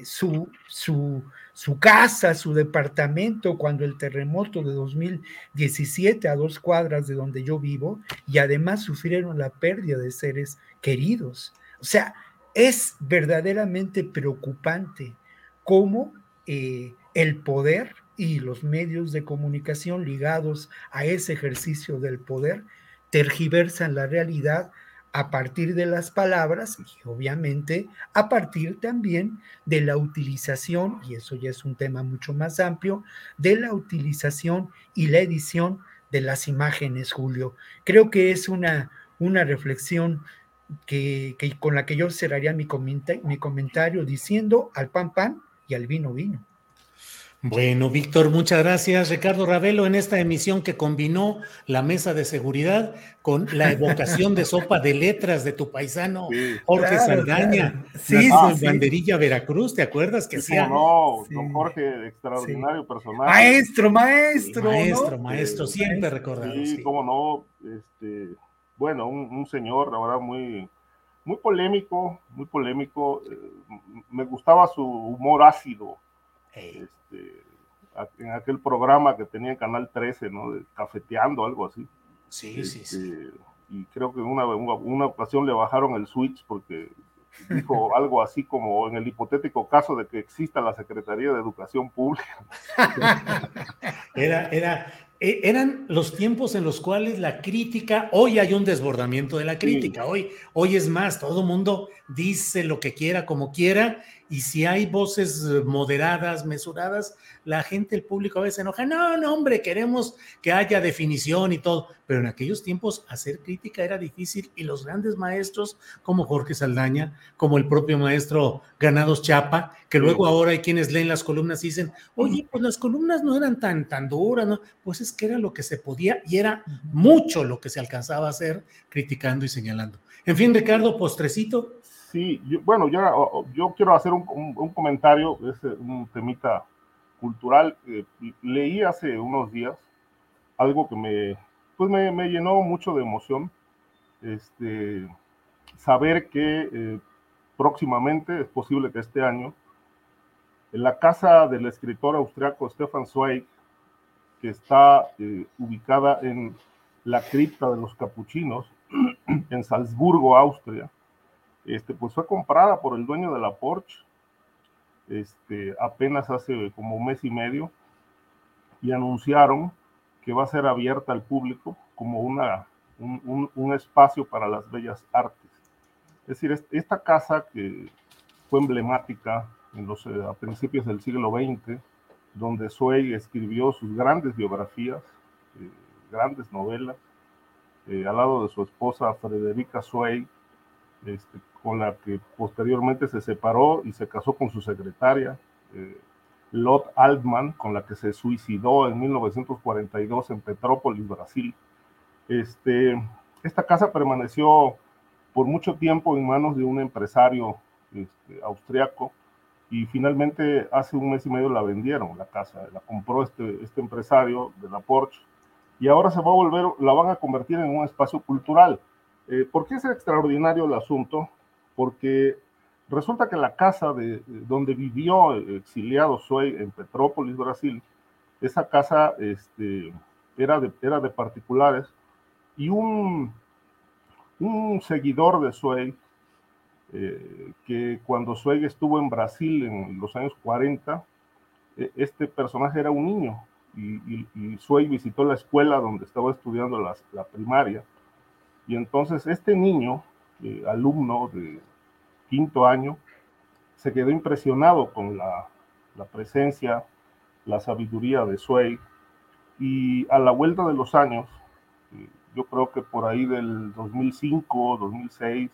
su casa, su departamento, cuando el terremoto de 2017 a 2 cuadras de donde yo vivo, y además sufrieron la pérdida de seres queridos. O sea, es verdaderamente preocupante cómo el poder y los medios de comunicación ligados a ese ejercicio del poder tergiversan la realidad a partir de las palabras y obviamente a partir también de la utilización, y eso ya es un tema mucho más amplio, de la utilización y la edición de las imágenes, Julio. Creo que es una reflexión que con la que yo cerraría mi comentario diciendo al pan pan y al vino vino. Bueno, Víctor, muchas gracias. Ricardo Ravelo, en esta emisión que combinó la mesa de seguridad con la evocación de sopa de letras de tu paisano Jorge Saldaña, claro. Sí, nacido en sí. Banderilla, Veracruz, ¿te acuerdas que hacía? No, don Jorge, extraordinario personaje. Maestro, siempre recordado. Sí, cómo no, bueno, un señor, la verdad, muy polémico, me gustaba su humor ácido. En aquel programa que tenía en Canal 13, ¿no? De Cafeteando, algo así. Sí. Y creo que en una ocasión le bajaron el switch porque dijo algo así como en el hipotético caso de que exista la Secretaría de Educación Pública. Eran los tiempos en los cuales la crítica, hoy hay un desbordamiento de la crítica, hoy es más, todo el mundo dice lo que quiera, como quiera, y si hay voces moderadas, mesuradas, la gente, el público a veces se enoja, no, hombre, queremos que haya definición y todo, pero en aquellos tiempos hacer crítica era difícil y los grandes maestros como Jorge Saldaña, como el propio maestro Granados Chapa, que luego ahora hay quienes leen las columnas y dicen, oye, pues las columnas no eran tan duras, ¿no? Pues es que era lo que se podía y era mucho lo que se alcanzaba a hacer criticando y señalando. En fin, Ricardo, postrecito. Sí, yo quiero hacer un comentario, es un temita cultural. Leí hace unos días algo que me llenó mucho de emoción. Saber que próximamente, es posible que este año, en la casa del escritor austriaco Stefan Zweig, que está ubicada en la cripta de los capuchinos, en Salzburgo, Austria, pues fue comprada por el dueño de la Porsche apenas hace como un mes y medio, y anunciaron que va a ser abierta al público como un espacio para las bellas artes. Es decir, esta casa que fue emblemática a principios del siglo XX, donde Zweig escribió sus grandes biografías, grandes novelas, al lado de su esposa Frederica Zweig, con la que posteriormente se separó y se casó con su secretaria, Lot Altman, con la que se suicidó en 1942 en Petrópolis, Brasil. Esta casa permaneció por mucho tiempo en manos de un empresario austriaco, y finalmente hace un mes y medio la vendieron, la casa, la compró este empresario de la Porsche, y ahora la van a convertir en un espacio cultural. ¿Por qué es extraordinario el asunto? Porque resulta que la casa donde vivió exiliado Zweig en Petrópolis, Brasil, esa casa era de particulares, y un seguidor de Zweig, que cuando Zweig estuvo en Brasil en los años 40, este personaje era un niño, y Zweig visitó la escuela donde estaba estudiando la primaria, y entonces este niño, alumno de 5º año, se quedó impresionado con la presencia, la sabiduría de Zweig, y a la vuelta de los años, yo creo que por ahí del 2005, 2006,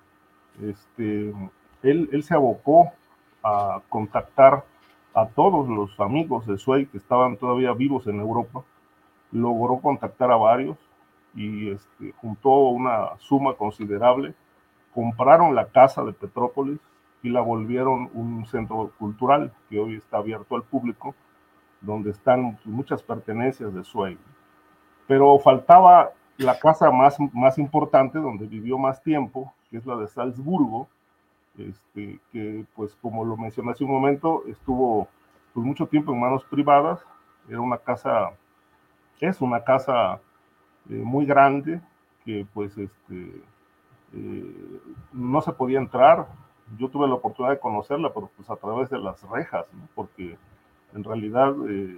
él se abocó a contactar a todos los amigos de Zweig que estaban todavía vivos en Europa. Logró contactar a varios y juntó una suma considerable. Compraron la casa de Petrópolis y la volvieron un centro cultural que hoy está abierto al público, donde están muchas pertenencias de Zweig. Pero faltaba la casa más importante, donde vivió más tiempo, que es la de Salzburgo, que pues como lo mencioné hace un momento, estuvo pues mucho tiempo en manos privadas. Es una casa muy grande, que pues no se podía entrar. Yo tuve la oportunidad de conocerla, pero pues a través de las rejas, ¿no? Porque en realidad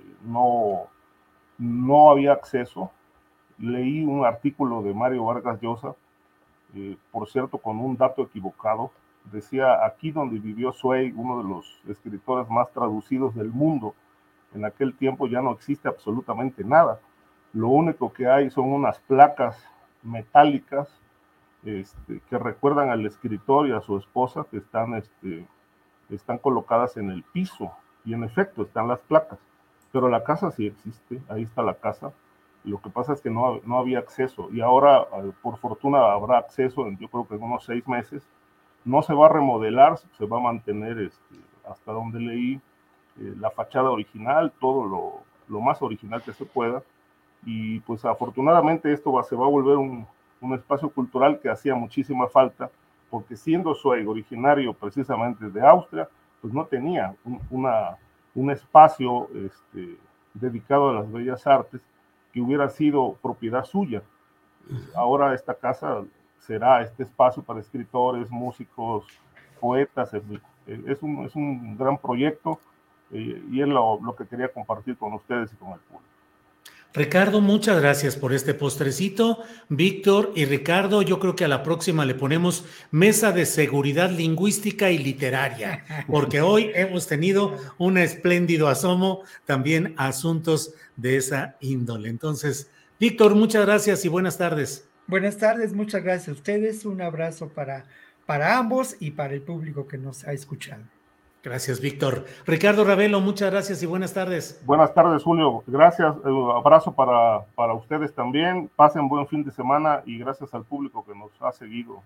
no había acceso. Leí un artículo de Mario Vargas Llosa, por cierto, con un dato equivocado. Decía: aquí donde vivió Zweig, uno de los escritores más traducidos del mundo, en aquel tiempo ya no existe absolutamente nada. Lo único que hay son unas placas metálicas que recuerdan al escritor y a su esposa, que están colocadas en el piso, y en efecto están las placas, pero la casa sí existe, ahí está la casa. Lo que pasa es que no había acceso, y ahora por fortuna habrá acceso, yo creo que en unos 6 meses. No se va a remodelar, se va a mantener, hasta donde leí, la fachada original, todo lo más original que se pueda, y pues afortunadamente esto se va a volver un espacio cultural que hacía muchísima falta, porque siendo Zweig originario precisamente de Austria, pues no tenía un espacio dedicado a las bellas artes que hubiera sido propiedad suya. Ahora esta casa será este espacio para escritores, músicos, poetas, etc. Es un gran proyecto, y es lo que quería compartir con ustedes y con el público. Ricardo, muchas gracias por este postrecito. Víctor y Ricardo, yo creo que a la próxima le ponemos mesa de seguridad lingüística y literaria, porque hoy hemos tenido un espléndido asomo también a asuntos de esa índole. Entonces, Víctor, muchas gracias y buenas tardes. Buenas tardes, muchas gracias a ustedes. Un abrazo para ambos y para el público que nos ha escuchado. Gracias, Víctor. Ricardo Ravelo, muchas gracias y buenas tardes. Buenas tardes, Julio. Gracias. Abrazo para ustedes también. Pasen buen fin de semana, y gracias al público que nos ha seguido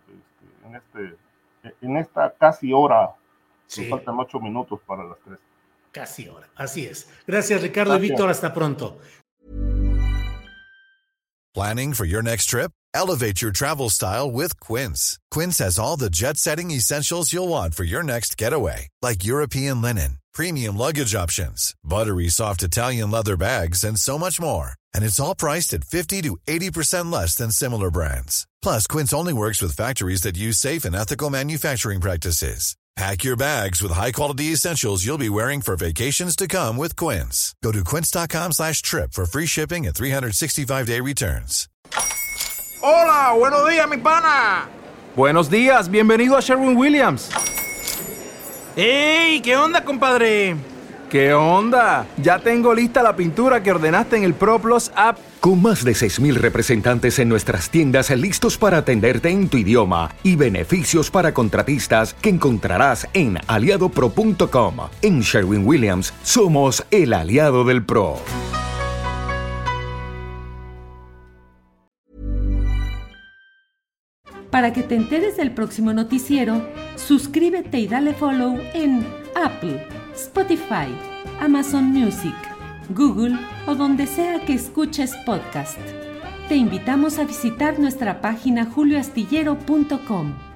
en esta casi hora. Sí. Nos faltan 8 minutos para las 3. Casi hora, así es. Gracias, Ricardo. Gracias. Y Víctor, hasta pronto. Planning for your next trip? Elevate your travel style with Quince. Quince has all the jet-setting essentials you'll want for your next getaway, like European linen, premium luggage options, buttery soft Italian leather bags, and so much more. And it's all priced at 50 to 80% less than similar brands. Plus, Quince only works with factories that use safe and ethical manufacturing practices. Pack your bags with high-quality essentials you'll be wearing for vacations to come with Quince. Go to quince.com/trip for free shipping and 365-day returns. Hola, buenos días, mi pana. Buenos días, bienvenido a Sherwin-Williams. ¡Ey! ¿Qué onda, compadre? ¿Qué onda? Ya tengo lista la pintura que ordenaste en el ProPlus app. Con más de 6,000 representantes en nuestras tiendas listos para atenderte en tu idioma y beneficios para contratistas que encontrarás en aliadopro.com. En Sherwin-Williams somos el aliado del pro. Para que te enteres del próximo noticiero, suscríbete y dale follow en Apple, Spotify, Amazon Music, Google o donde sea que escuches podcast. Te invitamos a visitar nuestra página julioastillero.com.